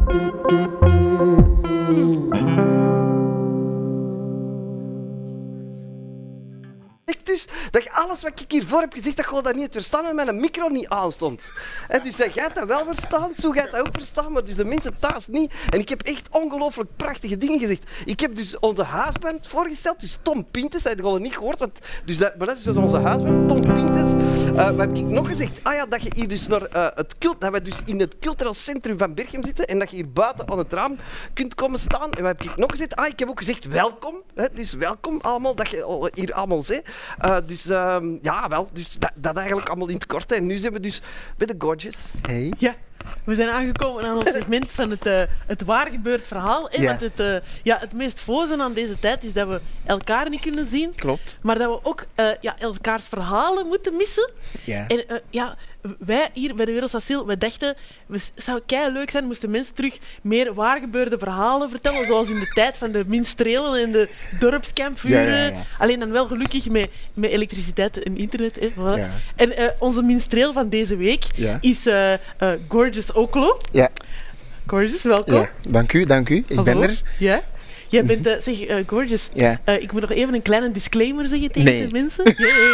Dus dat je alles wat ik hiervoor heb gezegd, dat je dat niet verstaan en mijn micro niet aanstond. En dus jij hebt dat wel verstaan, zo jij dat ook verstaan, maar dus de mensen thuis niet. En ik heb echt ongelooflijk prachtige dingen gezegd. Ik heb dus onze huisband voorgesteld, dus Tom Pintes, dat heb je al niet gehoord, want, maar dat is dus onze huisband, Tom Pintes. Wat heb ik nog gezegd? Ah ja, dat je hier dus naar dat we dus in het cultureel centrum van Berchem zitten en dat je hier buiten aan het raam kunt komen staan. En wat heb ik nog gezegd? Ah, ik heb ook gezegd welkom. Hè, dus welkom allemaal, dat je hier allemaal zit. Dus dat eigenlijk allemaal in het kort. En nu zijn we dus bij de Gorgeous. Hey. Ja, we zijn aangekomen aan ons segment van het waar gebeurd verhaal. Ja. Want het meest fozen aan deze tijd is dat we elkaar niet kunnen zien. Klopt. Maar dat we ook elkaars verhalen moeten missen. Ja. En wij hier bij de Werelds Asiel, wij dachten, het zou leuk zijn moesten mensen terug meer waargebeurde verhalen vertellen, zoals in de tijd van de minstrelen en de dorpskampvuren. Ja. Alleen dan wel gelukkig met elektriciteit en internet. Hè, voilà. Ja. En onze minstreel van deze week is Gorgeous Oklo. Ja. Gorgeous, welkom. Ja. Dank u. Ik Hallo. ben er. Ja. Jij bent, Gorgeous, Ja. ik moet nog even een kleine disclaimer zeggen tegen de mensen.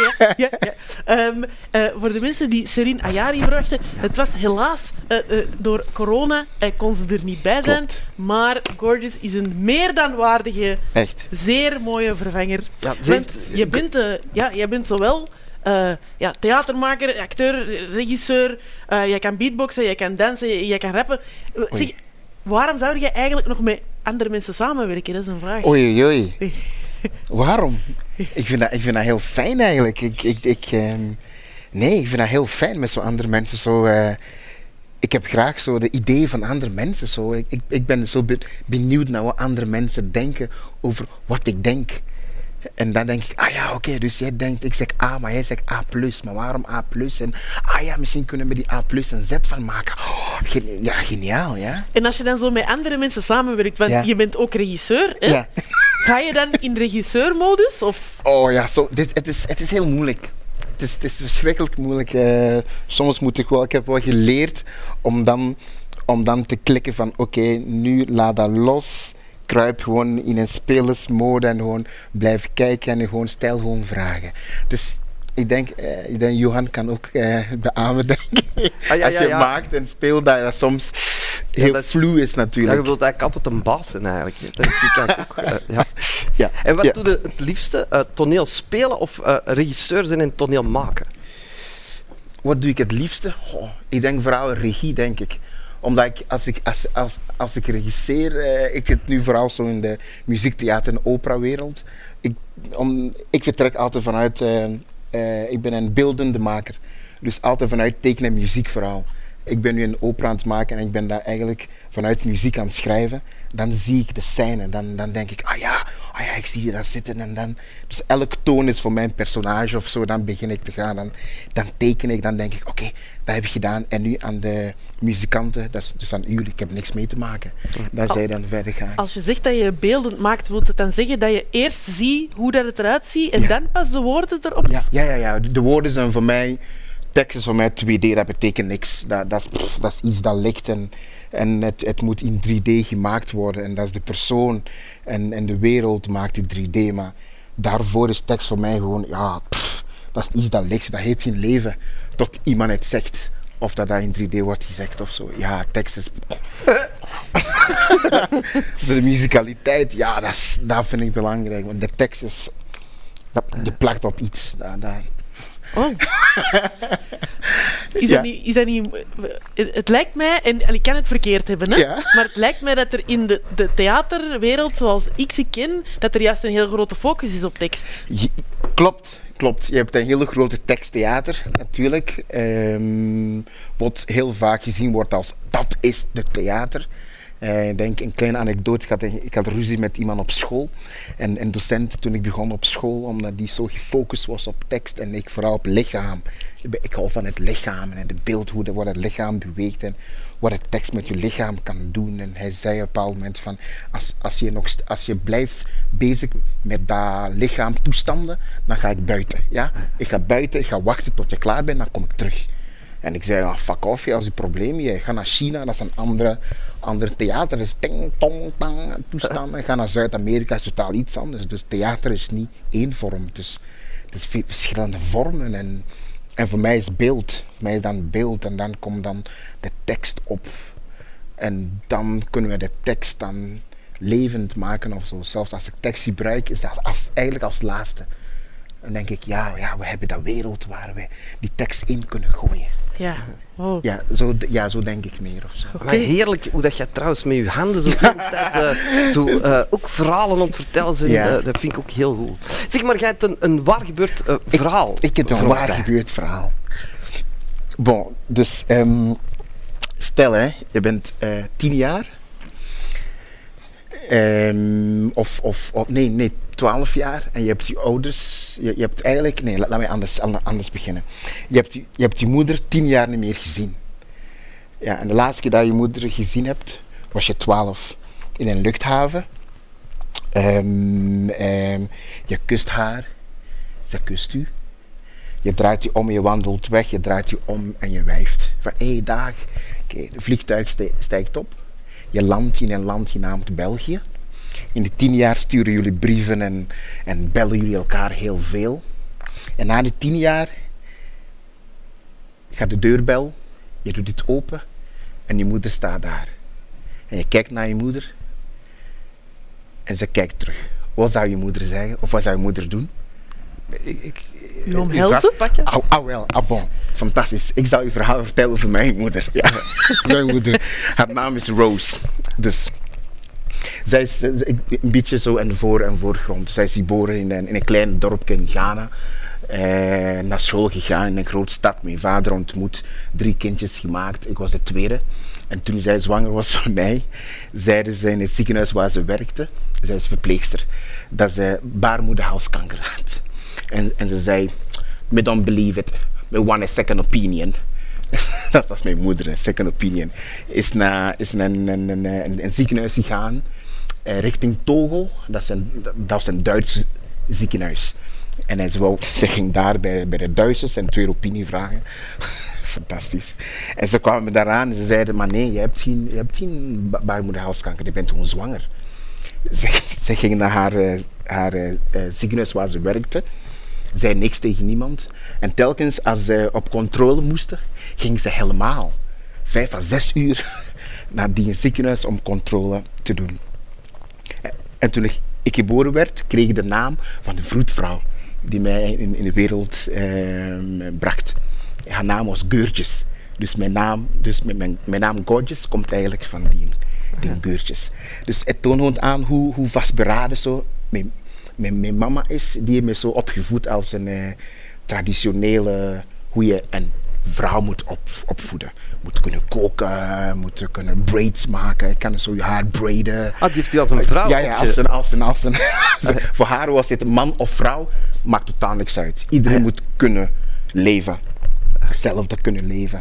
Ja. Voor de mensen die Serine Ayari verwachten, het was helaas door corona, kon ze er niet bij zijn. Klopt. Maar Gorgeous is een meer dan waardige, Echt. zeer mooie vervanger. Ja, Want jij bent zowel theatermaker, acteur, regisseur, jij kan beatboxen, jij kan dansen, jij kan rappen. Zeg, waarom zou je eigenlijk nog met andere mensen samenwerken? Dat is een vraag. Oei. Waarom? Ik vind dat heel fijn eigenlijk. Ik vind dat heel fijn met zo andere mensen. Zo, ik heb graag zo de ideeën van andere mensen. Zo. Ik ben zo benieuwd naar wat andere mensen denken over wat ik denk. En dan denk ik, oké, dus jij denkt, ik zeg A, maar jij zegt A+, maar waarom A+? En misschien kunnen we die A+ een Z van maken. Oh, geniaal, ja. En als je dan zo met andere mensen samenwerkt, want je bent ook regisseur, hè? Ja. Ga je dan in regisseurmodus? Of? Oh ja, het is heel moeilijk. Het is verschrikkelijk moeilijk. Soms ik heb wel geleerd om dan te klikken van oké, nu laat dat los. Kruip gewoon in een spelersmode en gewoon blijf kijken en stel gewoon vragen. Dus ik denk Johan kan ook beamen, denk ik. Als je maakt en speelt, dat soms heel vloe is natuurlijk. Ja, je wilt eigenlijk altijd een baas zijn eigenlijk. Dat is ook, Ja. En wat doe je het liefste? Toneel spelen of regisseur zijn en toneel maken? Wat doe ik het liefste? Ik denk vooral regie, denk ik. Omdat als ik regisseer, ik zit nu vooral zo in de muziektheater- en operawereld. Ik vertrek altijd vanuit, ik ben een beeldende maker. Dus altijd vanuit tekenen en muziek vooral. Ik ben nu een opera aan het maken en ik ben daar eigenlijk vanuit muziek aan het schrijven. Dan zie ik de scène, dan denk ik, ik zie je daar zitten en dan... Dus elke toon is voor mij een personage of zo, dan begin ik te gaan, dan teken ik, dan denk ik, oké, dat heb ik gedaan. En nu aan de muzikanten, dat is dus aan jullie, ik heb niks mee te maken. Dat zij dan verder gaan. Als je zegt dat je beeldend maakt, wil het dan zeggen dat je eerst ziet hoe dat het eruit ziet en dan pas de woorden erop? Ja. De woorden zijn voor mij... Tekst is voor mij 2D, dat betekent niks. Dat is iets dat ligt en het moet in 3D gemaakt worden. En dat is de persoon en de wereld maakt die 3D. Maar daarvoor is tekst voor mij gewoon, dat is iets dat ligt. Dat heeft geen leven tot iemand het zegt. Of dat in 3D wordt gezegd of zo. Ja, tekst is... De musicaliteit, dat vind ik belangrijk. Want de tekst is... Je plakt op iets. Oh. Is dat niet... Het lijkt mij, en ik kan het verkeerd hebben, hè? Maar het lijkt mij dat er in de theaterwereld, zoals ik ze ken, dat er juist een heel grote focus is op tekst. Klopt. Je hebt een hele grote teksttheater, natuurlijk. Wat heel vaak gezien wordt als, dat is de theater. Ik denk een kleine anekdote. Ik had ruzie met iemand op school. En een docent toen ik begon op school, omdat die zo gefocust was op tekst en ik vooral op lichaam. Ik hou van het lichaam en het beeld, wat het lichaam beweegt en wat het tekst met je lichaam kan doen. En hij zei op een bepaald moment van, als je blijft bezig met dat lichaamtoestanden, dan ga ik buiten. Ja? Ik ga buiten, ik ga wachten tot je klaar bent, dan kom ik terug. En ik zei, fuck off, je als je probleem. Je gaat naar China, dat is een andere theater. Dat is ting, tong, tang, toestanden. Ga naar Zuid-Amerika, is totaal iets anders. Dus theater is niet één vorm. Dus het is verschillende vormen. En voor mij is beeld. Voor mij is dan beeld. En dan komt dan de tekst op. En dan kunnen we de tekst dan levend maken of zo. Zelfs als ik tekst gebruik, is dat eigenlijk als laatste. Dan denk ik, ja, we hebben dat wereld waar we die tekst in kunnen gooien. Ja. Oh. Ja, zo denk ik meer of zo. Maar heerlijk hoe dat jij trouwens met je handen zo de hele tijd ook verhalen aan het vertellen zijn. Dat vind ik ook heel goed. Zeg maar, jij hebt een waar gebeurd verhaal. Ik heb een waar gebeurd verhaal. Bon, dus stel hè, je bent 10 jaar. Nee, 12 jaar en je hebt je ouders, je hebt eigenlijk, nee, laat mij anders beginnen. Je hebt je moeder 10 jaar niet meer gezien. Ja, en de laatste keer dat je moeder gezien hebt, was je 12 in een luchthaven. Je kust haar, ze kust u. Je draait je om, je wandelt weg, je draait je om en je wijft. Van, dag, okay, het vliegtuig stijgt op. Je landt in een land genaamd België. In de 10 jaar sturen jullie brieven en bellen jullie elkaar heel veel. En na de 10 jaar gaat de deurbel, je doet het open en je moeder staat daar. En je kijkt naar je moeder en ze kijkt terug. Wat zou je moeder zeggen of wat zou je moeder doen? Je omhelzen? Bon. Fantastisch. Ik zou je verhaal vertellen over mijn moeder. Ja, mijn moeder. Haar naam is Rose. Dus zij is een beetje zo in de voorgrond. Zij is geboren in een klein dorpje in Ghana. Naar school gegaan in een grote stad. Mijn vader ontmoet, 3 kindjes gemaakt. Ik was de tweede. En toen zij zwanger was van mij, zeiden ze in het ziekenhuis waar ze werkte, zij is verpleegster, dat ze baarmoederhalskanker had. En ze zei, me don't believe it, me want a second opinion. Dat is mijn moeder, een second opinion. Is naar een ziekenhuis gegaan, richting Togo. Dat was een Duits ziekenhuis. En ze ging daar bij de Duitsers en 2 opinie vragen. Fantastisch. En ze kwamen daaraan en ze zeiden, maar nee, je hebt geen baarmoederhalskanker, je bent gewoon zwanger. Ze ging naar haar ziekenhuis waar ze werkte, zei niks tegen niemand. En telkens als ze op controle moesten, ging ze helemaal 5 à 6 uur naar die ziekenhuis om controle te doen. En toen ik geboren werd, kreeg ik de naam van de vroedvrouw die mij in de wereld bracht. Haar naam was Geurtjes. Dus mijn naam Gorgeous komt eigenlijk van die Geurtjes. Dus het toont aan hoe vastberaden zo mijn mama is. Die heeft me zo opgevoed als een traditionele, hoe je een vrouw moet opvoeden. Moet kunnen koken, moet kunnen braids maken. Ik kan zo je haar braiden. Die heeft u als een vrouw? Ja, als een voor haar was het man of vrouw, maakt totaal niks uit. Iedereen moet kunnen leven. Zelf te kunnen leven.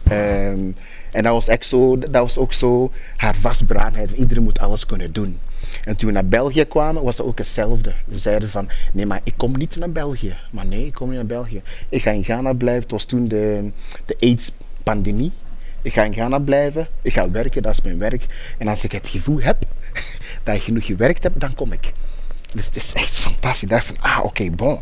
En dat was ook zo haar vastberadenheid. Iedereen moet alles kunnen doen. En toen we naar België kwamen, was het ook hetzelfde. We zeiden van, nee, maar ik kom niet naar België. Maar nee, ik kom niet naar België. Ik ga in Ghana blijven. Het was toen de AIDS-pandemie. Ik ga in Ghana blijven. Ik ga werken, dat is mijn werk. En als ik het gevoel heb dat ik genoeg gewerkt heb, dan kom ik. Dus het is echt fantastisch. Ik dacht van, oké, bon.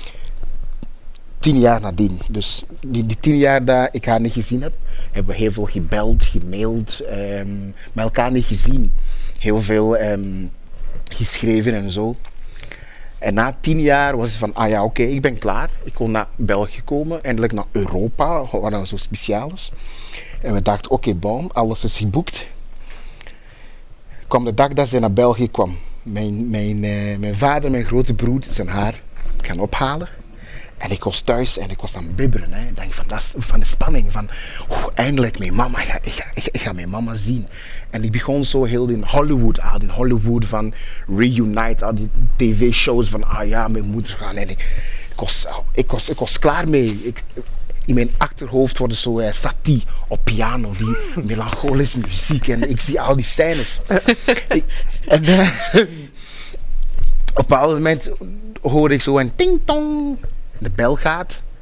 10 jaar nadien. Dus die 10 jaar dat ik haar niet gezien heb, hebben we heel veel gebeld, gemaild, maar elkaar niet gezien. Heel veel geschreven en zo. En na 10 jaar was het van, oké, ik ben klaar. Ik kon naar België komen, eindelijk naar Europa, waar dat zo speciaal is. En we dachten, oké, bon, alles is geboekt. Kwam de dag dat ze naar België kwam. Mijn vader, mijn grote broer, zijn haar gaan ophalen. En ik was thuis en ik was aan het bibberen. Ik denk van de spanning van, eindelijk mijn mama, ik ga mijn mama zien. En ik begon zo heel in Hollywood van Reunite, al die tv-shows van, mijn moeder gaan. En ik was klaar mee. In mijn achterhoofd worden zo Satie op piano, die melancholische muziek. En ik zie al die scènes. Op een bepaald moment hoorde ik zo een ting-tong. De bel gaat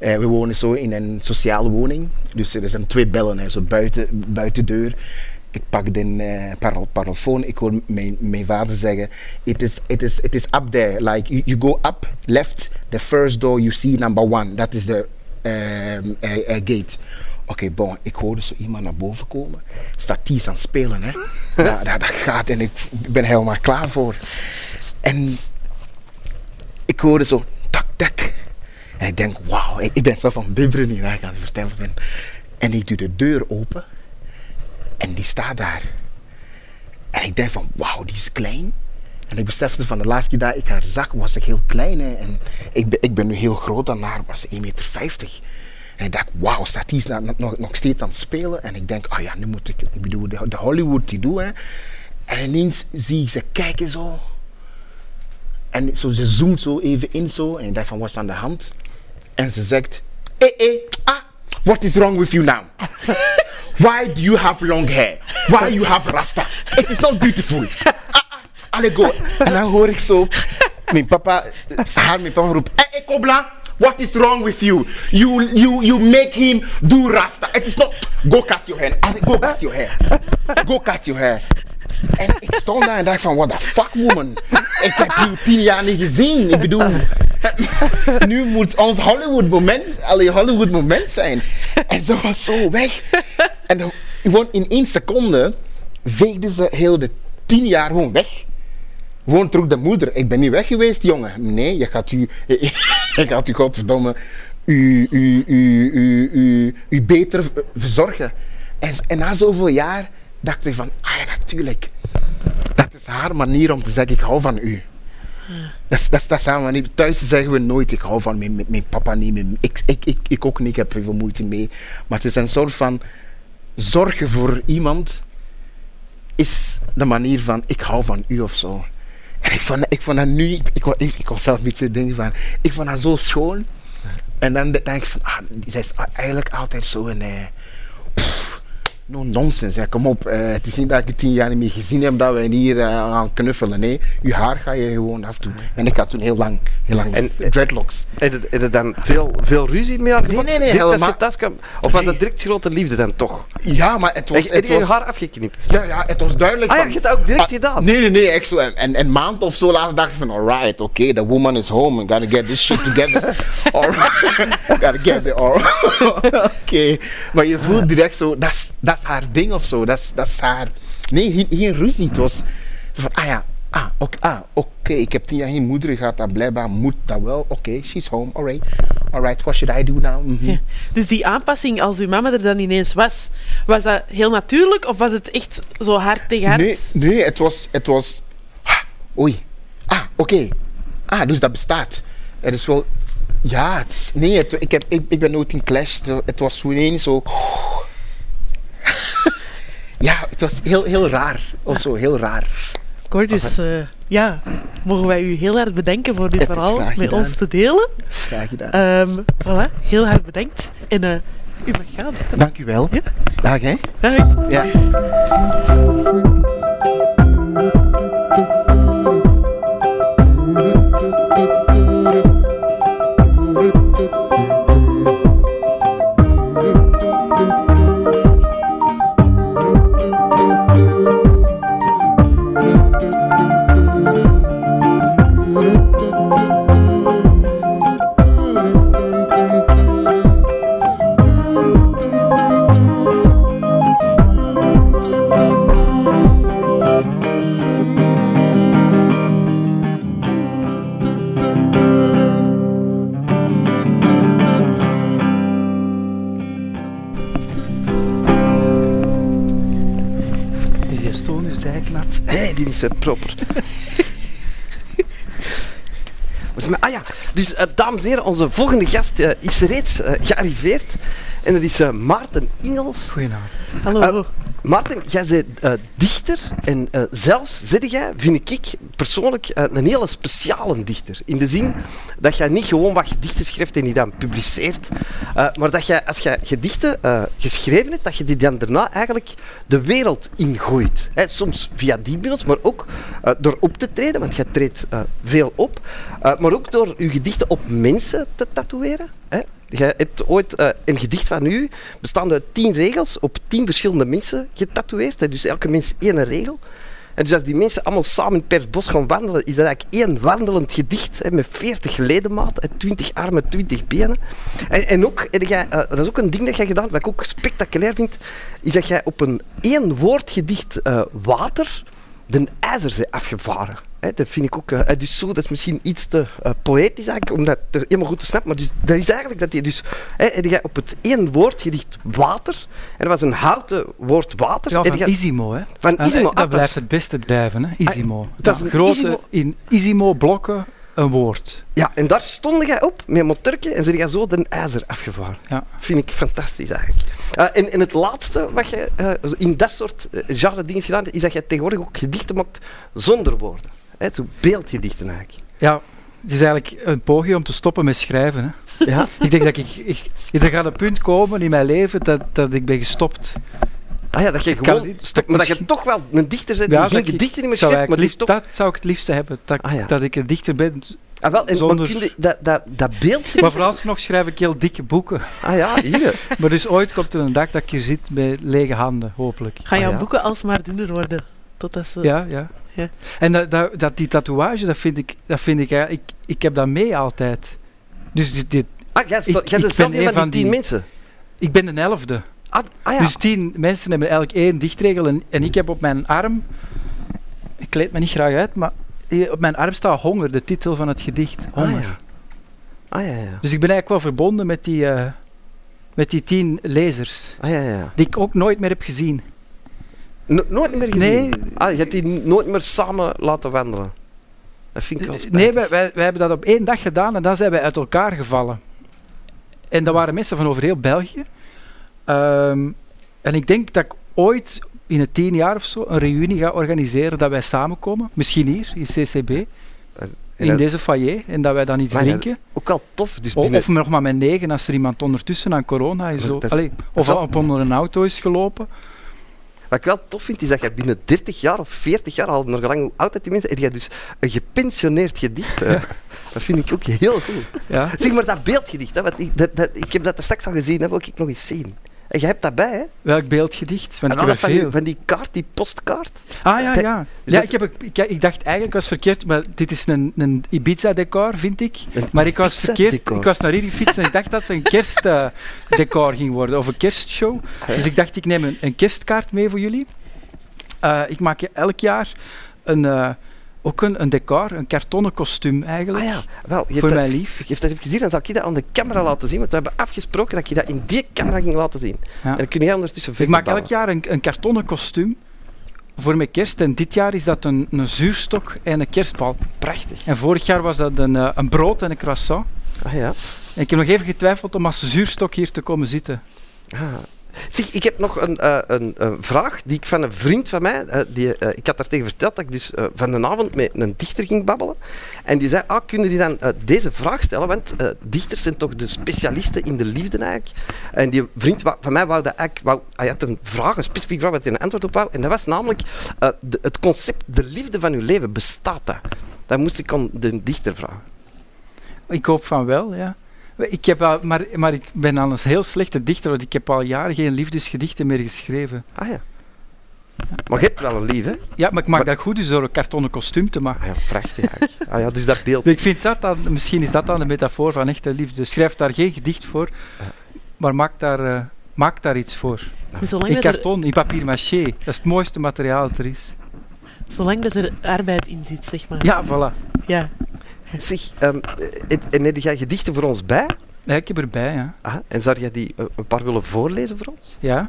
We wonen zo in een sociale woning. Dus er zijn 2 bellen, hè, zo buiten deur. Ik pak de parlofoon. Ik hoor mijn vader zeggen: it is up there. Like you go up left, the first door you see number 1. Dat is de gate. Oké, bon. Ik hoorde zo iemand naar boven komen. Staat Ties aan het spelen, hè? Dat gaat en ik ben helemaal klaar voor. En ik hoorde zo tak tak. En ik denk: wauw, ik ben zelf van bibberen hier dat ik aan het vertellen ben. En ik doe de deur open. En die staat daar. En ik denk van, wauw, die is klein. En ik besefte van de laatste keer dat ik haar zag, was ik heel klein. Hè. En ik ben nu heel groot, dan haar was 1,50 meter. En ik dacht, wauw, staat die nog steeds aan het spelen? En ik denk, nu moet ik bedoel, de Hollywood die doe. Hè. En ineens zie ik ze kijken zo. En zo, ze zoomt zo even in zo. En ik dacht van, wat is aan de hand? En ze zegt, what is wrong with you now? Why do you have long hair? Why you have rasta? It is not beautiful. Allee, go. En dan hoor ik zo, mijn papa roept, hey Kobla, what is wrong with you? You make him do rasta. It is not, go cut your hair. Allee, go cut your hair. Go cut your hair. En ik stond daar en dacht van, what the fuck woman? Ik heb je 10 jaar niet gezien. Ik bedoel, nu moet ons Hollywood moment zijn. En ze was zo weg. En gewoon in 1 seconde veegde ze heel de 10 jaar gewoon weg. Gewoon terug de moeder. Ik ben niet weg geweest, jongen. Nee, je gaat u godverdomme u beter verzorgen. En na zoveel jaar dacht ik van, ja, natuurlijk. Dat is haar manier om te zeggen, ik hou van u. Dat is haar manier. Thuis zeggen we nooit, ik hou van mijn papa niet. Ik ook niet, ik heb veel moeite mee. Maar het is een soort van zorgen voor iemand is de manier van, ik hou van u of zo. En ik vond dat nu, ik was zelf een beetje denken van, ik vond dat zo schoon. En dan denk ik van, zij is eigenlijk altijd zo een... No nonsens, hè. Kom op. Het is niet dat ik je 10 jaar niet meer gezien heb dat we hier gaan knuffelen. Nee, je haar ga je gewoon afdoen. En ik had toen heel lang en, dreadlocks. Heb je dan veel ruzie mee aan gemaakt? Nee, helemaal. Of was dat direct grote liefde dan toch? Ja, maar het was... Heb je je haar afgeknipt? Ja, het was duidelijk van... je hebt dat ook direct gedaan? Nee, echt zo. En een maand of zo later dacht ik van, alright, okay, the woman is home. I gotta get this shit together. Alright. Gotta get it, alright. Oké. Maar je voelt direct zo, dat is haar ding of zo, dat is haar... Nee, geen ruzie. Het was zo van, oké, ik heb 10 jaar geen moeder gehad, dat blijkbaar moet dat wel. Oké, she's home, alright, what should I do now? Mm-hmm. Ja. Dus die aanpassing, als uw mama er dan ineens was dat heel natuurlijk of was het echt zo hard tegen hard? Nee, het was... Oei. Oké. Dus dat bestaat. Het is wel... Ja, ik ben nooit in clash. Het was gewoon zo... Ja, het was heel raar. Of zo, heel raar. Dus mogen wij u heel hard bedanken voor dit verhaal met ons te delen. Graag gedaan. Voilà, heel hard bedankt. En u mag gaan. Dank u wel. Ja? Dag, hè. Dag. Ja. Nee, die is proper. Dus dames en heren, onze volgende gast is reeds gearriveerd. En dat is Maarten Ingels. Goedenavond. Hallo. Maarten, jij bent dichter en zelfs, zeg jij, vind ik persoonlijk een hele speciale dichter. In de zin dat jij niet gewoon wat gedichten schrijft en die dan publiceert, maar dat jij, als jij gedichten geschreven hebt, dat je die dan daarna eigenlijk de wereld ingooit. Hè, soms via die middels, maar ook door op te treden, want jij treedt veel op, maar ook door je gedichten op mensen te tatoeëren. Hè. Jij hebt ooit een gedicht van u, bestaande uit 10 regels, op 10 verschillende mensen getatoeëerd. Hè? Dus elke mens 1 regel. En dus als die mensen allemaal samen in het bos gaan wandelen, is dat eigenlijk 1 wandelend gedicht, hè, met 40 ledematen, 20 armen, 20 benen. En ook, dat is ook een ding dat jij gedaan hebt, wat ik ook spectaculair vind, is dat jij op een 1 woord gedicht water de IJzerzee afgevaren. Dat vind ik ook... dus zo, dat is misschien iets te poëtisch eigenlijk, om dat helemaal goed te snappen. Maar dus, dat is eigenlijk dat je dus... jij op het 1 woord gedicht water, en dat was een houten woord water. Ja, van Isimo, hè. Van Isimo. Dat blijft het beste drijven, hè. Isimo. Dat is een grote, in Isimo-blokken een woord. Ja, en daar stond jij op met een motorke en ze jij zo de ijzer afgevaren. Ja. Vind ik fantastisch eigenlijk. En het laatste wat je in dat soort genre dingen gedaan hebt, is dat je tegenwoordig ook gedichten maakt zonder woorden. Zo beeldgedichten eigenlijk. Ja, het is eigenlijk een poging om te stoppen met schrijven. Hè. Ja. Ik denk dat er gaat een punt komen in mijn leven dat ik ben gestopt. Ah ja, dat je gewoon stopt, maar dat je toch wel een dichter bent die geen gedichten meer schrijft, maar liefst toch... Dat zou ik het liefste hebben, dat ik een dichter ben. Wel, en zonder... kun je dat beeldgedicht... Maar vooralsnog schrijf ik heel dikke boeken. Ah ja, hier. Maar dus ooit komt er een dag dat ik hier zit met lege handen, hopelijk. Gaan jouw boeken alsmaar dunner worden? Totdat ze... Ja. En die tatoeage, dat vind ik eigenlijk... Ik heb dat mee altijd. Dus jij bent zelf een van die 10 mensen? Ik ben de 11e. Ja. Dus 10 mensen hebben eigenlijk 1 dichtregel en ik heb op mijn arm... Ik kleed me niet graag uit, maar op mijn arm staat Honger, de titel van het gedicht. Honger. Ja. Dus ik ben eigenlijk wel verbonden met die 10 lezers. Die ik ook nooit meer heb gezien. Nooit meer gezien? Nee. Je hebt die nooit meer samen laten wandelen? Dat vind ik wel spijtig. Nee, wij hebben dat op 1 dag gedaan en dan zijn wij uit elkaar gevallen. En dat waren mensen van over heel België. En ik denk dat ik ooit in het 10 jaar of zo een reunie ga organiseren dat wij samenkomen. Misschien hier, in CCB. In deze foyer. En dat wij dan iets drinken. Ook wel tof. Dus Of nog maar met 9 als er iemand ondertussen aan corona is. Of onder een auto is gelopen. Wat ik wel tof vind, is dat je binnen 30 jaar of 40 jaar, al nog lang hoe oud die mensen, heb je dus een gepensioneerd gedicht. Dat vind ik ook heel goed. Ja. Zeg maar dat beeldgedicht, hè, ik heb dat er straks al gezien, dat wil ik nog eens zien. En je hebt dat bij, hè? Welk beeldgedicht? Want ik heb er veel. Van die kaart, die postkaart. Ja. Dus ik dacht eigenlijk, was verkeerd, maar dit is een Ibiza-decor, vind ik. Maar ik was verkeerd. Ik was naar hier gefietst en ik dacht dat het een kerstdecor ging worden, of een kerstshow. Dus ik dacht, ik neem een kerstkaart mee voor jullie. Ik maak elk jaar ook een decor, een kartonnen kostuum eigenlijk, voor mijn lief. Je hebt dat even gezien, dan zal ik je dat aan de camera laten zien, want we hebben afgesproken dat je dat in die camera ging laten zien. Ja. En dan kun je ondertussen ik maak elk jaar een kartonnen kostuum voor mijn kerst en dit jaar is dat een zuurstok en een kerstbal. Prachtig. En vorig jaar was dat een brood en een croissant. En ik heb nog even getwijfeld om als zuurstok hier te komen zitten. Zeg, ik heb nog een vraag die ik van een vriend van mij, ik had daar tegen verteld dat ik dus van de avond met een dichter ging babbelen. En die zei, kunnen die dan deze vraag stellen, want dichters zijn toch de specialisten in de liefde eigenlijk. En die vriend van mij wou dat eigenlijk, hij had een vraag, een specifieke vraag waar hij een antwoord op wou. En dat was namelijk het concept de liefde van uw leven, bestaat dat? Dat moest ik aan de dichter vragen. Ik hoop van wel, ja. Ik heb maar ik ben al een heel slechte dichter, want ik heb al jaren geen liefdesgedichten meer geschreven. Maar je hebt wel een lief, hè? Ja, maar ik maak dat goed dus door een kartonnen kostuum te maken. Prachtig eigenlijk. Dus dat beeld. Ik vind dat dan, misschien is dat dan een metafoor van echte liefde. Schrijf daar geen gedicht voor, maar maak daar iets voor. In karton, in papier-mâché. Dat is het mooiste materiaal dat er is. Zolang dat er arbeid in zit, zeg maar. Ja, voilà. Ja. Zeg, en heb jij gedichten voor ons bij? Ja, ik heb erbij, ja. En zou jij die een paar willen voorlezen voor ons? Ja.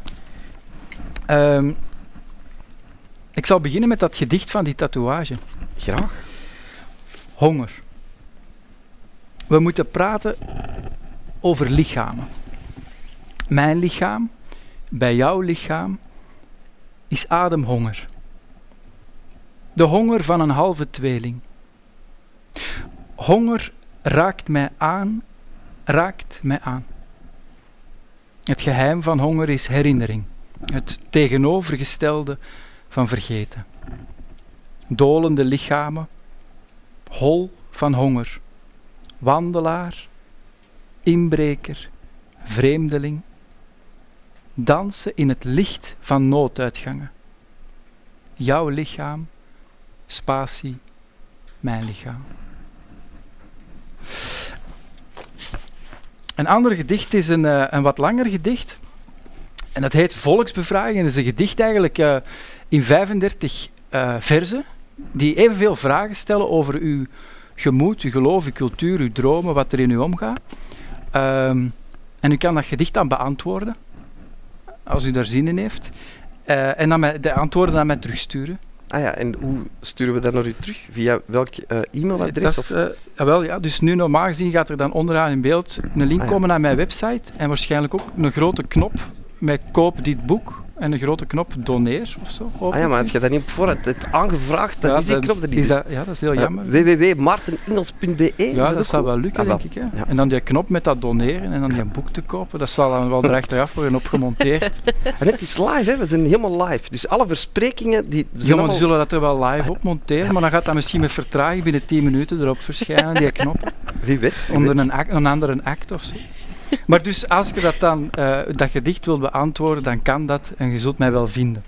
Ik zal beginnen met dat gedicht van die tatoeage. Graag. Honger. We moeten praten over lichamen. Mijn lichaam, bij jouw lichaam, is ademhonger. De honger van een halve tweeling. Honger raakt mij aan. Het geheim van honger is herinnering. Het tegenovergestelde van vergeten. Dolende lichamen, hol van honger. Wandelaar, inbreker, vreemdeling. Dansen in het licht van nooduitgangen. Jouw lichaam, spatie, mijn lichaam. Een ander gedicht is een wat langer gedicht. En dat heet Volksbevraging. En dat is een gedicht eigenlijk in 35 verzen, die evenveel vragen stellen over uw gemoed, uw geloof, uw cultuur, uw dromen, wat er in u omgaat. En u kan dat gedicht dan beantwoorden, als u daar zin in heeft. En dan de antwoorden naar mij terugsturen. Ah ja, en hoe sturen we dat naar u terug? Via welk e-mailadres? Dus nu normaal gezien gaat er dan onderaan in beeld een link komen naar mijn website en waarschijnlijk ook een grote knop met koop dit boek en een grote knop doneer of zo. Ah ja, maar als je dat niet op voorhand hebt aangevraagd, dan is die knop er niet. Dat is heel jammer. www.maarteningels.be. Ja, dat zou wel lukken, denk ik. Hè? Ja. En dan die knop met dat doneren en dan die boek te kopen, dat zal dan wel er achteraf worden opgemonteerd. En het is live, hè? We zijn helemaal live. Dus alle versprekingen die zullen dat er wel live op monteren, maar dan gaat dat misschien met vertraging binnen 10 minuten erop verschijnen, die knop. Wie weet. Onder een andere act of zo. Maar dus als je dat dan, dat gedicht wilt beantwoorden, dan kan dat en je zult mij wel vinden.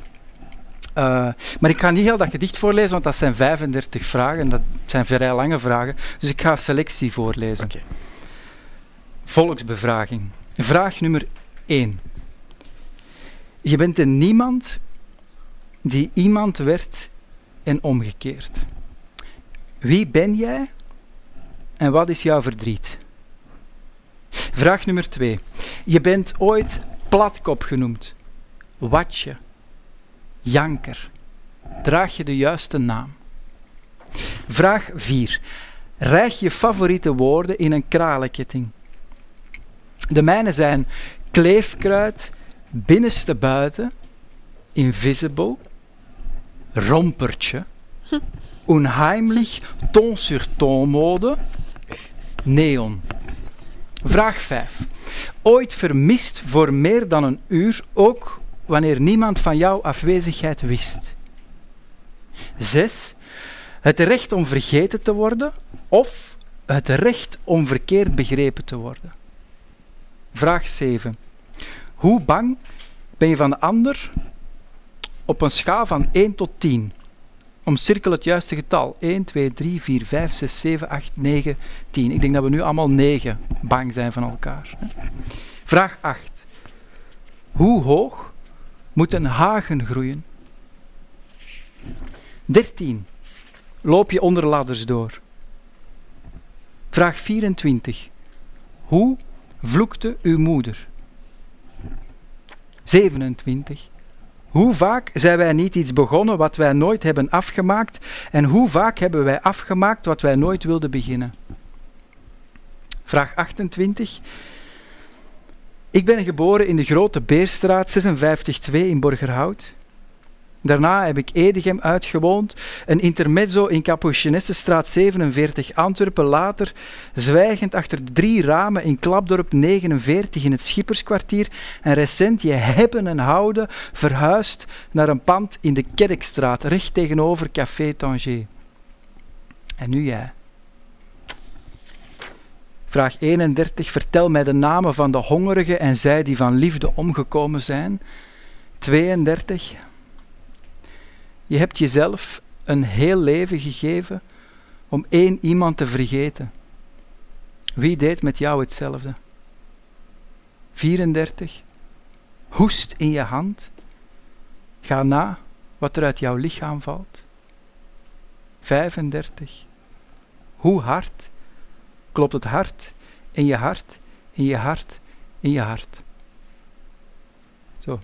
Maar ik ga niet heel dat gedicht voorlezen, want dat zijn 35 vragen. Dat zijn vrij lange vragen. Dus ik ga een selectie voorlezen. Okay. Volksbevraging. Vraag nummer 1. Je bent een niemand die iemand werd en omgekeerd. Wie ben jij en wat is jouw verdriet? Vraag nummer 2. Je bent ooit platkop genoemd. Watje. Janker. Draag je de juiste naam? Vraag 4. Rijg je favoriete woorden in een kralenketting. De mijne zijn kleefkruid, binnenste buiten, invisible, rompertje, unheimlich, ton sur ton mode, neon. Vraag 5. Ooit vermist voor meer dan een uur, ook wanneer niemand van jouw afwezigheid wist. 6. Het recht om vergeten te worden of het recht om verkeerd begrepen te worden. Vraag 7. Hoe bang ben je van de ander op een schaal van 1 tot 10? Omcirkel het juiste getal. 1, 2, 3, 4, 5, 6, 7, 8, 9, 10. Ik denk dat we nu allemaal 9 bang zijn van elkaar. Vraag 8. Hoe hoog moet een hagen groeien? 13. Loop je onder ladders door? Vraag 24. Hoe vloekte uw moeder? 27. Hoe vaak zijn wij niet iets begonnen wat wij nooit hebben afgemaakt en hoe vaak hebben wij afgemaakt wat wij nooit wilden beginnen? Vraag 28. Ik ben geboren in de Grote Beerstraat 56-2 in Borgerhout. Daarna heb ik Edegem uitgewoond, een intermezzo in Capuchinessenstraat 47 Antwerpen, later zwijgend achter 3 ramen in Klapdorp 49 in het Schipperskwartier en recent je hebben en houden verhuisd naar een pand in de Kerkstraat, recht tegenover Café Tanger. En nu jij. Vraag 31. Vertel mij de namen van de hongerigen en zij die van liefde omgekomen zijn. 32. Je hebt jezelf een heel leven gegeven om 1 iemand te vergeten. Wie deed met jou hetzelfde? 34. Hoest in je hand. Ga na wat er uit jouw lichaam valt. 35. Hoe hard klopt het hart in je hart, in je hart, in je hart? Zo.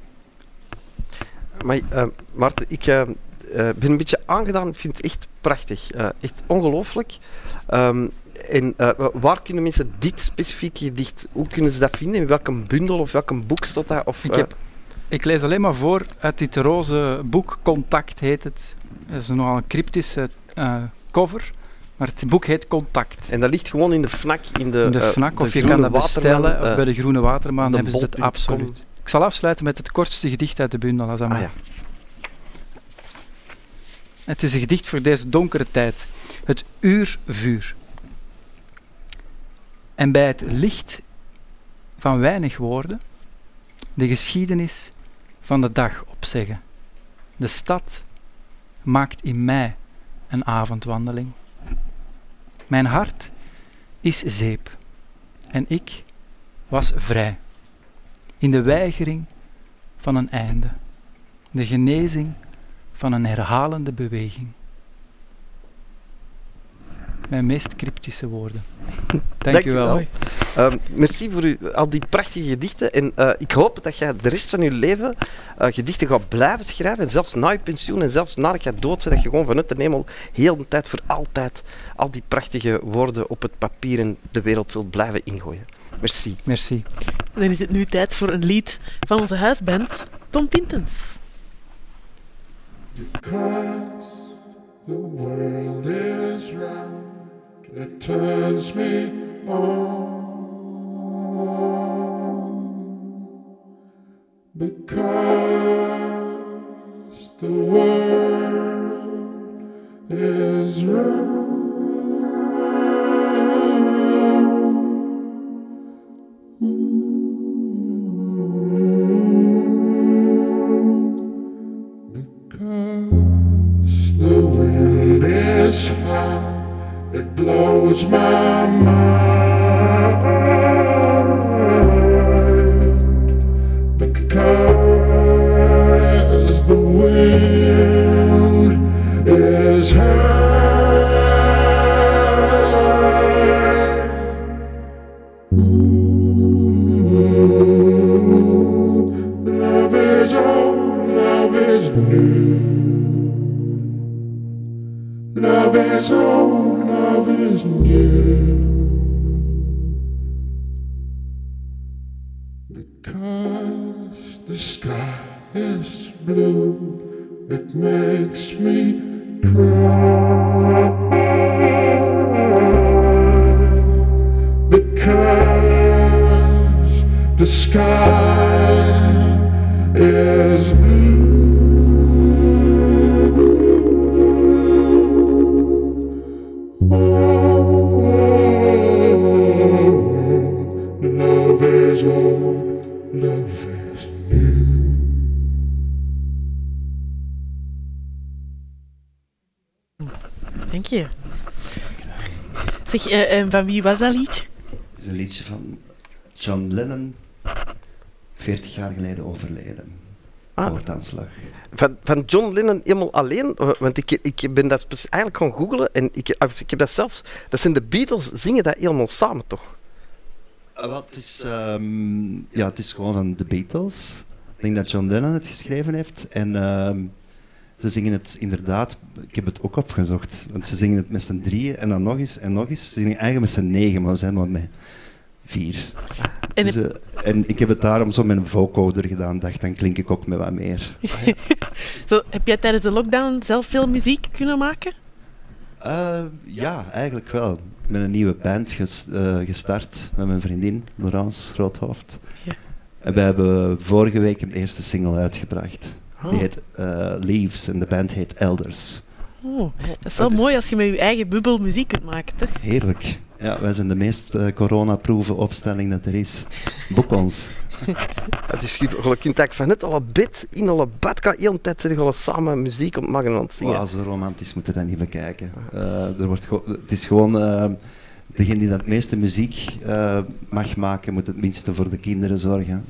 Maar Maarten, ik ben een beetje aangedaan. Ik vind het echt prachtig. Echt ongelooflijk. En waar kunnen mensen dit specifieke gedicht, hoe kunnen ze dat vinden? In welke bundel of welk boek staat dat? Of, ik lees alleen maar voor uit dit roze boek, Contact heet het. Dat is nogal een cryptische cover, maar het boek heet Contact. En dat ligt gewoon in de FNAC. In de FNAC, of je kan dat bestellen, of bij de Groene Waterman hebben ze het absoluut. Ik zal afsluiten met het kortste gedicht uit de bundel, als dat mag. Ja. Het is een gedicht voor deze donkere tijd. Het uurvuur. En bij het licht van weinig woorden de geschiedenis van de dag opzeggen. De stad maakt in mij een avondwandeling. Mijn hart is zeep en ik was vrij. In de weigering van een einde. De genezing van een herhalende beweging. Mijn meest cryptische woorden. Dank u wel. Merci voor al die prachtige gedichten. En ik hoop dat jij de rest van je leven gedichten gaat blijven schrijven. En zelfs na je pensioen en zelfs nadat je dood bent, dat je gewoon vanuit de hemel heel de tijd voor altijd al die prachtige woorden op het papier en de wereld zult blijven ingooien. Merci. Merci. Dan is het nu tijd voor een lied van onze huisband Tom Tintens. Because the world is round, it turns me on. Because the world is round. Because the wind is high, it blows my mind. Because the wind is high. Love is old, love is new. Love is old, love is new. Because the sky is blue, it makes me cry. Because the sky is blue. Love is old, love is new. Dank je. Zeg, van wie was dat liedje? Het is een liedje van John Lennon, 40 jaar geleden overleden. Moordaanslag. Van John Lennon helemaal alleen, want ik ben dat eigenlijk gaan googlen en ik heb dat zelfs... Dat zijn de Beatles, zingen dat helemaal samen, toch? Het is gewoon van de Beatles. Ik denk dat John Lennon het geschreven heeft. En ze zingen het inderdaad... Ik heb het ook opgezocht. Want ze zingen het met z'n drieën en dan nog eens en nog eens. Ze zingen eigenlijk met z'n 9, maar we zijn maar met 4. En ik heb het daarom zo met een vocoder gedaan. Dacht, dan klink ik ook met wat meer. Zo, heb jij tijdens de lockdown zelf veel muziek kunnen maken? Ja, eigenlijk wel. Met een nieuwe band gestart met mijn vriendin, Laurence Roodhoofd. Ja. En we hebben vorige week een eerste single uitgebracht. Oh. Die heet Leaves en de band heet Elders. Oh, dat is wel mooi als je met je eigen bubbel muziek kunt maken, toch? Heerlijk. Ja, wij zijn de meest coronaproeven opstelling dat er is. Boek ons. Het is goed. Je kunt eigenlijk vanuit alle bed, in alle badka, heel de tijd gewoon samen muziek op maken en aan het zingen. Wow, zo romantisch moeten we dat niet bekijken. Het is gewoon... degene die dat het meeste muziek mag maken, moet het minste voor de kinderen zorgen.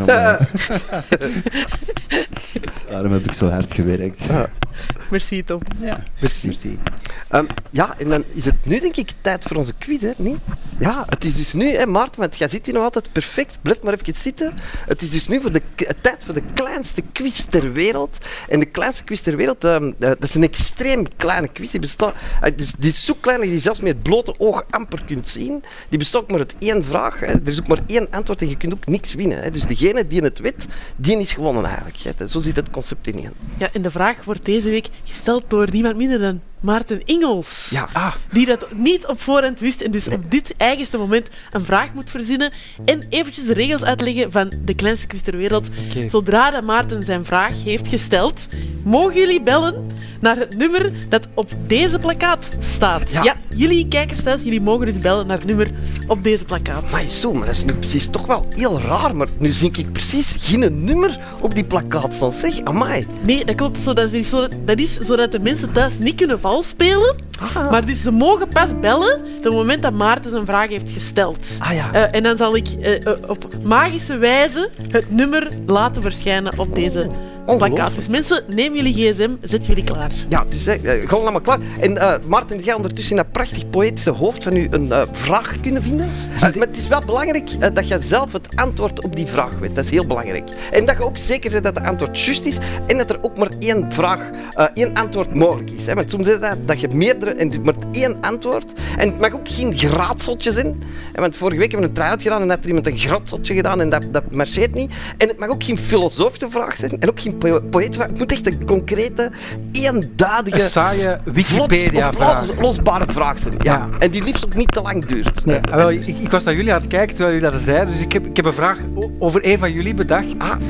Daarom heb ik zo hard gewerkt. Merci, Tom. Ja, merci. Ja, en dan is het nu denk ik tijd voor onze quiz, hè? Nee? Ja, het is dus nu, hè, Maarten, want jij zit hier nog altijd perfect. Blijf maar even zitten. Het is dus nu voor tijd voor de kleinste quiz ter wereld. En de kleinste quiz ter wereld, dat is een extreem kleine quiz. Die is zo klein dat je die zelfs met het blote oog amper kunt zien. Die bestaat ook maar uit 1 vraag. Hè. Er is ook maar 1 antwoord en je kunt ook niks winnen. Hè. Dus degene die het weet, die is gewonnen eigenlijk. Hè. Zo zit het concept in. Ja, en de vraag wordt deze week gesteld door niemand minder dan Maarten Ingels. Ja, Die dat niet op voorhand wist en dus op dit eigenste moment een vraag moet verzinnen en eventjes de regels uitleggen van de kleinste quiz ter wereld. Okay. Zodra dat Maarten zijn vraag heeft gesteld, mogen jullie bellen naar het nummer dat op deze plakkaat staat. Ja, jullie kijkers thuis, jullie mogen dus bellen naar het nummer op deze plakkaat. Maar zo, maar dat is nu precies toch wel heel raar, maar nu zie ik precies geen nummer op die plakkaat staan. Zeg, amai. Nee, dat klopt. Dat is zodat de mensen thuis niet kunnen vals spelen. Maar dus ze mogen pas bellen op het moment dat Maarten zijn vraag heeft gesteld. En dan zal ik op magische wijze het nummer laten verschijnen op deze plakkaat. Dus mensen, neem jullie gsm, zet jullie klaar. Ja, dus gewoon allemaal klaar. En Maarten, jij ondertussen in dat prachtig poëtische hoofd van u een vraag kunnen vinden. Maar het is wel belangrijk dat je zelf het antwoord op die vraag weet. Dat is heel belangrijk. En dat je ook zeker bent dat het antwoord juist is en dat er ook maar één antwoord mogelijk is. Hè. Want soms is dat je meerdere en maar één antwoord. En het mag ook geen graadseltjes in. Want vorige week hebben we een try-out gedaan en had er iemand een graadseltje gedaan en dat marcheert niet. En het mag ook geen filosofische vraag zijn en ook geen poëtenvraag. Het moet echt een concrete, eenduidige, een saaie Wikipedia-vraag. Losbare vraag zijn. Ja. En die liefst ook niet te lang duurt. Nee, ik was naar jullie aan het kijken terwijl jullie dat zeiden, dus ik heb een vraag over een van jullie bedacht.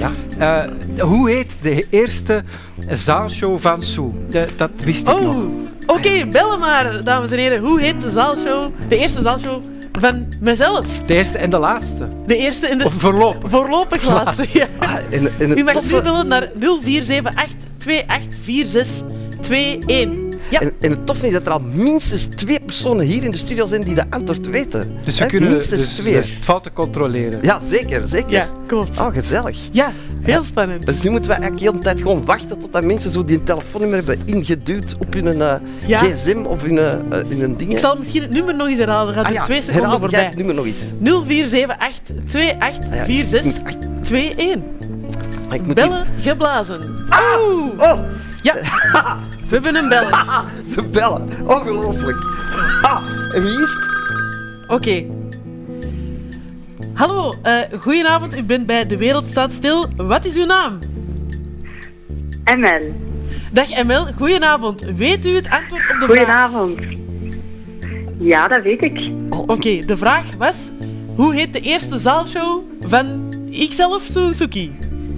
Hoe heet de eerste zaalshow van Sue? Dat wist ik nog. Oké, bellen maar, dames en heren. Hoe heet de eerste zaalshow van mezelf? De eerste en de laatste. De eerste en de... Of voorlopig laatste, ja. U mag toffe... nu bellen naar 0478 2846 21. Ja. En het toffe is dat er al minstens 2 personen hier in de studio zijn die dat antwoord weten. Dus we kunnen minstens 2. Dus het valt te controleren. Ja, zeker. Ja, klopt. Oh, gezellig. Ja, heel spannend. Dus nu moeten we eigenlijk de hele tijd gewoon wachten tot mensen zo die telefoonnummer hebben ingeduwd op hun gsm of hun dingen. Ik zal misschien het nummer nog eens herhalen. Dan gaat er 2 seconden voorbij. Herhaal het nummer nog eens. 0478 2846 21. Bellen geblazen. Oh! Ja, we hebben een bellen. Ze bellen. Ongelooflijk. En wie is het? Oké. Hallo, goedenavond. U bent bij De Wereld Staat Stil. Wat is uw naam? ML. Dag ML, goedenavond. Weet u het antwoord op de Goedenavond. Ja, dat weet ik. Oké, de vraag was... Hoe heet de eerste zaalshow van ikzelf, Soensuki?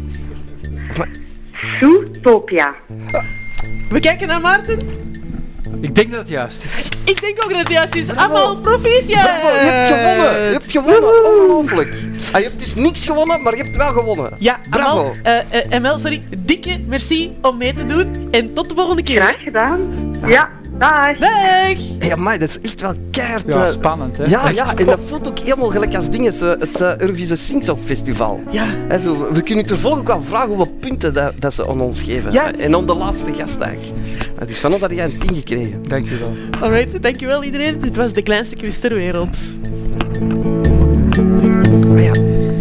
Zootopia. We kijken naar Maarten. Ik denk dat het juist is. Ik denk ook dat het juist is. Allemaal proficiat. Bravo, je hebt gewonnen. Ongelooflijk. Je hebt dus niks gewonnen, maar je hebt wel gewonnen. Ja, bravo. ML, sorry. Dikke merci om mee te doen. En tot de volgende keer. Graag gedaan. Ja, dag. Dag. Hey, amai, dat is echt wel keihard. Ja, spannend, hè? Ja, en dat voelt ook helemaal gelijk als dingen, het Eurovisie Sing-Song-festival. Ja. Zo, we kunnen er volgende ook wel vragen hoeveel punten dat ze aan ons geven. Ja. En aan de laatste gast eigenlijk. Dus van ons had jij een 10 gekregen. Dank je wel. Alright, dankjewel iedereen. Dit was de kleinste quiz ter wereld. Ja.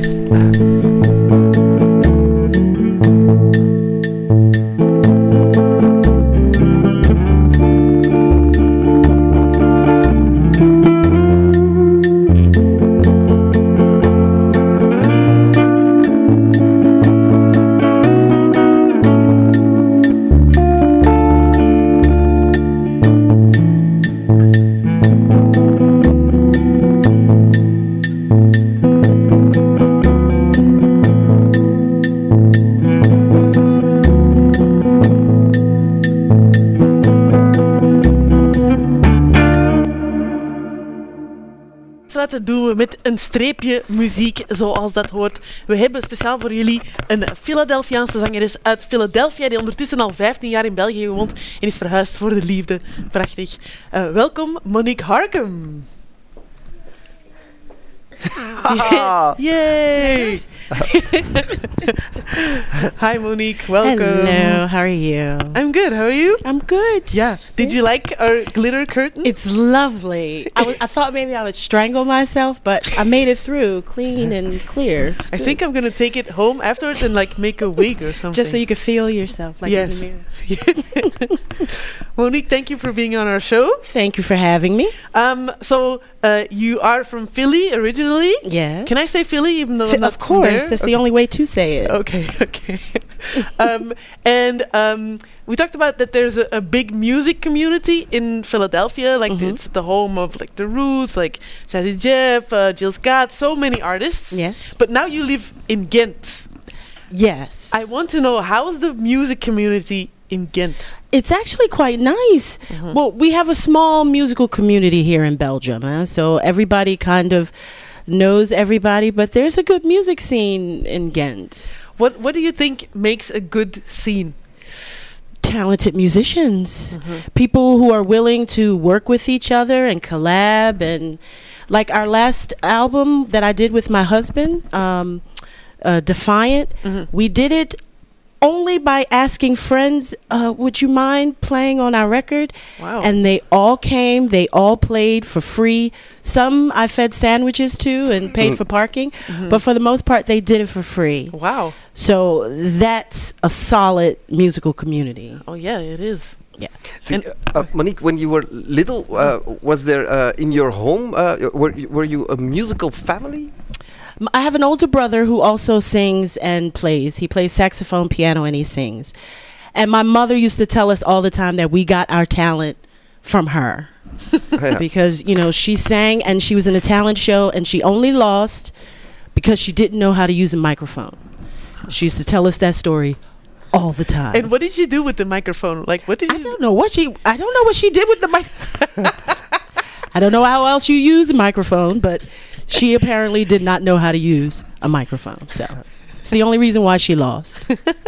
Dat doen we met een streepje muziek, zoals dat hoort. We hebben speciaal voor jullie een Philadelphiaanse zangeres uit Philadelphia, die ondertussen al 15 jaar in België woont en is verhuisd voor de liefde. Prachtig. Welkom, Monique Harcum. Yay! Hi, Monique. Welcome. Hello. How are you? I'm good. How are you? I'm good. Yeah. Did you like our glitter curtain? It's lovely. I thought maybe I would strangle myself, but I made it through clean and clear. I think I'm gonna take it home afterwards and like make a wig or something. Just so you can feel yourself like in the mirror. Monique, thank you for being on our show. Thank you for having me. So you are from Philly originally? Yeah. Can I say Philly even though I'm not of course, from there? that's the only way to say it. Okay. We talked about that there's a big music community in Philadelphia. Like it's the home of like The Roots, like Jazzy Jeff, Jill Scott, so many artists. Yes. But now you live in Ghent. Yes. I want to know, how is the music community in Ghent? It's actually quite nice. Well, we have a small musical community here in Belgium, so everybody kind of knows everybody, but there's a good music scene in Ghent. What do you think makes a good scene? Talented musicians, people who are willing to work with each other and collab, and like our last album that I did with my husband, Defiant, we did it only by asking friends, would you mind playing on our record? Wow. And they all came, they all played for free. Some I fed sandwiches to and paid for parking, but for the most part they did it for free. Wow. So that's a solid musical community. Oh yeah, it is. Yes. See, Monique, when you were little, was there in your home, were you a musical family? I have an older brother who also sings and plays. He plays saxophone, piano, and he sings. And my mother used to tell us all the time that we got our talent from her. Because, you know, she sang and she was in a talent show and she only lost because she didn't know how to use a microphone. She used to tell us that story all the time. And what did you do with the microphone? Like, what did you I don't know what she did with the microphone. I don't know how else you use a microphone, but she apparently did not know how to use a microphone. So it's the only reason why she lost.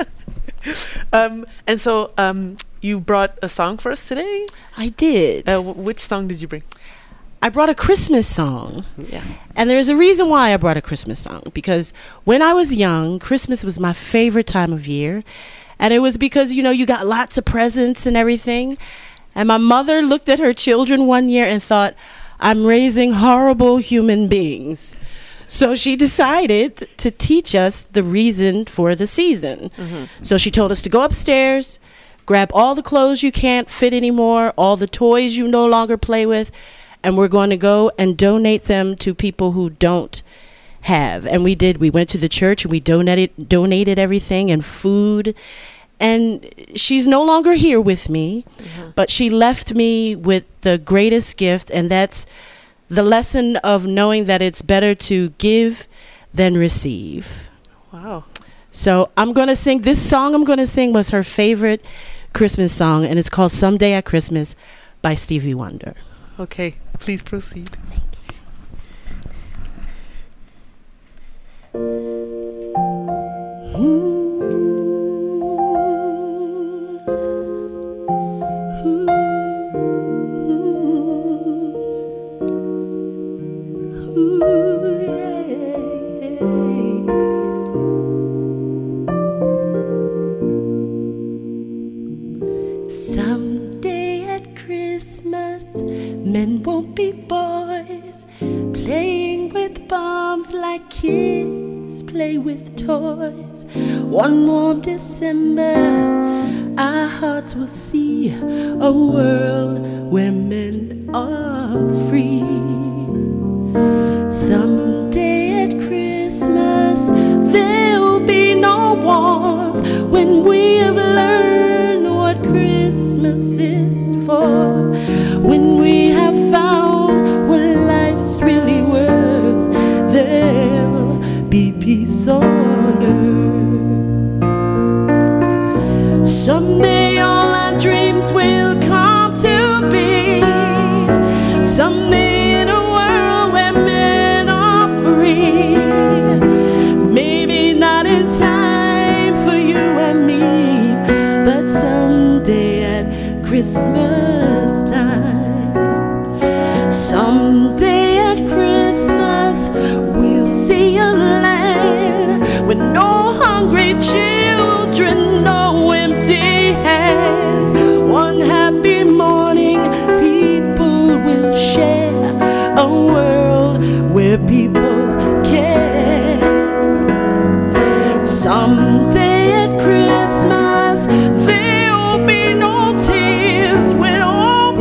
And so you brought a song for us today? I did. Which song did you bring? I brought a Christmas song. Yeah. And there's a reason why I brought a Christmas song. Because when I was young, Christmas was my favorite time of year. And it was because, you know, you got lots of presents and everything. And my mother looked at her children one year and thought, I'm raising horrible human beings. So she decided to teach us the reason for the season. So she told us to go upstairs, grab all the clothes you can't fit anymore, all the toys you no longer play with, and we're going to go and donate them to people who don't have. And we did. We went to the church and we donated everything and food. And she's no longer here with me, but she left me with the greatest gift, and that's the lesson of knowing that it's better to give than receive. Wow. So I'm going to sing, this song I'm going to sing was her favorite Christmas song, and it's called Someday at Christmas by Stevie Wonder. Okay, please proceed. Someday at Christmas, men won't be boys, playing with bombs like kids play with toys. One warm December, our hearts will see a world where men are free. Someday at Christmas, there'll be no wars when we have learned what Christmas is for. When we have found what life's really worth, there'll be peace on earth. Someday all our dreams will come to be. Someday in a world where men are free. Maybe not in time for you and me, but someday at Christmas time. Someday at Christmas we'll see a land with no hungry children, no empty hands. One happy morning people will share a world where people care. Someday at Christmas there'll be no tears when all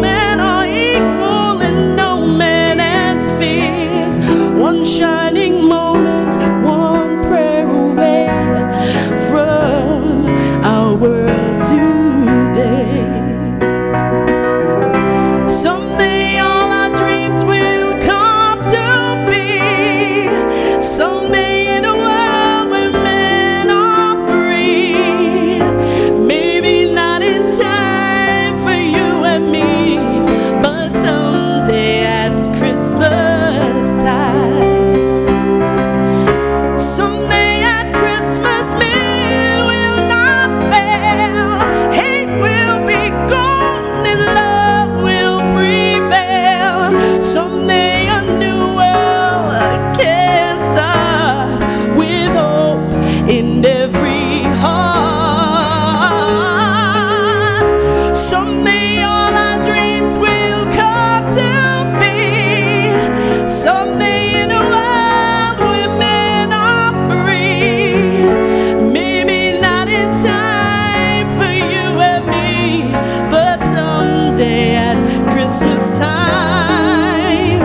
Someday all our dreams will come to be. Someday in a world where men are free. Maybe not in time for you and me, but someday at Christmas time.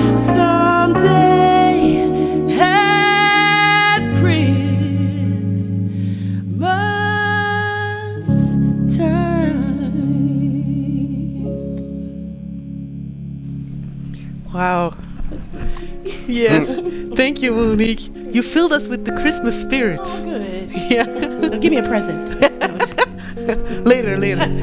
Someday at Christmas time. Wow. Yeah. Thank you, Monique. You filled us with the Christmas spirit. Oh, good. Yeah. Now give me a present. Later.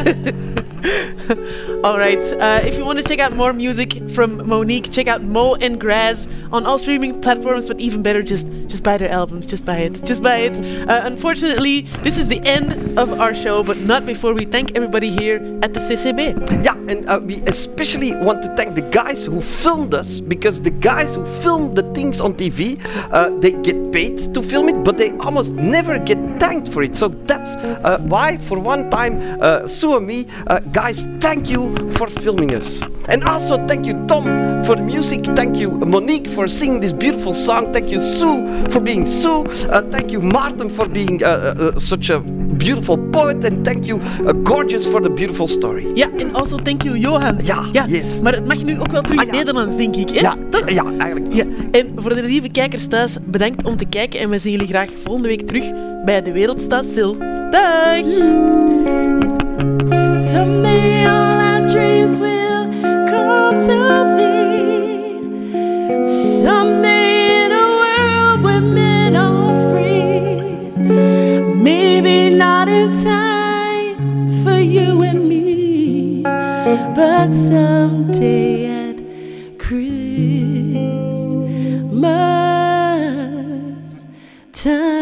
All right. If you want to check out more music from Monique, check out Mo and Graz on all streaming platforms. But even better, just buy their albums. Just buy it. Unfortunately, this is the end of our show, but not before we thank everybody here at the CCB. Yeah, and we especially want to thank the guys who filmed us, because the guys who film the things on TV, they get paid to film it, but they almost never get thanked for it. So that's why, for one time, Sue and me, guys, thank you for filming us. And also thank you, Tom, for the music. Thank you, Monique, for singing this beautiful song. Thank you, Sue, for being Sue. Thank you, Martin, for being such a beautiful poet. And thank you, Gorgeous, for the beautiful story. Ja, en also thank you, Johan. Ja, yes. Maar het mag nu ook wel terug in Nederlands, denk ik. Hè? Ja, Toch? ja, eigenlijk. Ja. En voor de lieve kijkers thuis, bedankt om te kijken. En we zien jullie graag volgende week terug bij De Wereld Staat Stil. Dag! Someday all our dreams will come to be. Someday in a world where men are free. Maybe not in time for you and me, but someday at Christmas time.